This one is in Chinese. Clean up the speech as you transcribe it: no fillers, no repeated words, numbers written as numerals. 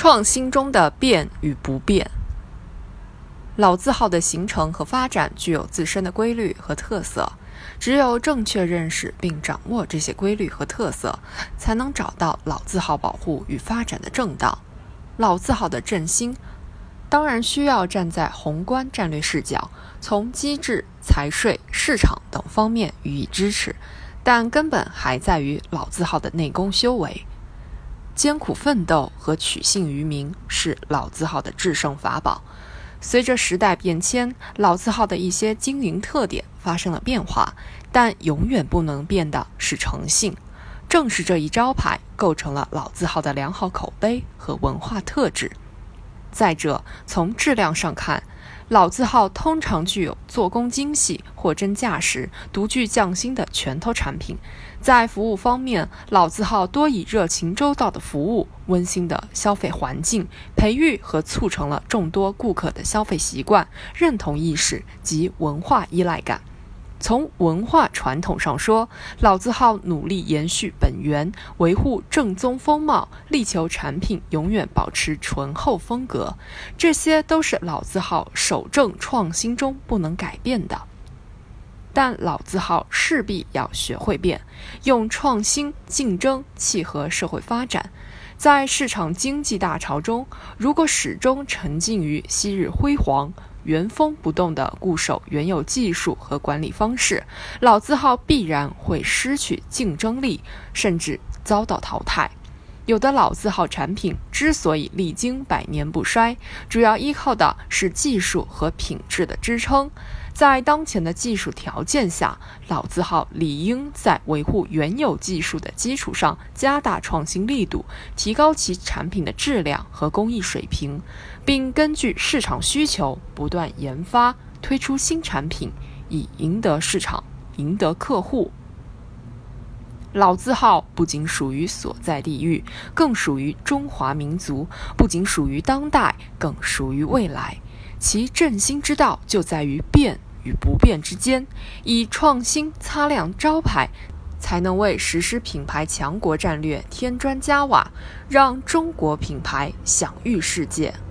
创新中的变与不变。老字号的形成和发展具有自身的规律和特色，只有正确认识并掌握这些规律和特色，才能找到老字号保护与发展的正道。老字号的振兴当然需要站在宏观战略视角，从机制、财税、市场等方面予以支持，但根本还在于老字号的内功修为。艰苦奋斗和取信于民是老字号的制胜法宝。随着时代变迁，老字号的一些经营特点发生了变化，但永远不能变的是诚信。正是这一招牌构成了老字号的良好口碑和文化特质。再者，从质量上看，老字号通常具有做工精细、货真价实、独具匠心的拳头产品。在服务方面，老字号多以热情周到的服务、温馨的消费环境，培育和促成了众多顾客的消费习惯、认同意识及文化依赖感。从文化传统上说，老字号努力延续本源，维护正宗风貌，力求产品永远保持醇厚风格，这些都是老字号守正创新中不能改变的。但老字号势必要学会变，用创新竞争契合社会发展。在市场经济大潮中，如果始终沉浸于昔日辉煌，原封不动地固守原有技术和管理方式，老字号必然会失去竞争力，甚至遭到淘汰。有的老字号产品之所以历经百年不衰，主要依靠的是技术和品质的支撑。在当前的技术条件下，老字号理应在维护原有技术的基础上加大创新力度，提高其产品的质量和工艺水平，并根据市场需求不断研发推出新产品，以赢得市场，赢得客户。老字号不仅属于所在地域，更属于中华民族，不仅属于当代，更属于未来。其振兴之道就在于变与不变之间，以创新擦亮招牌，才能为实施品牌强国战略添砖加瓦，让中国品牌享誉世界。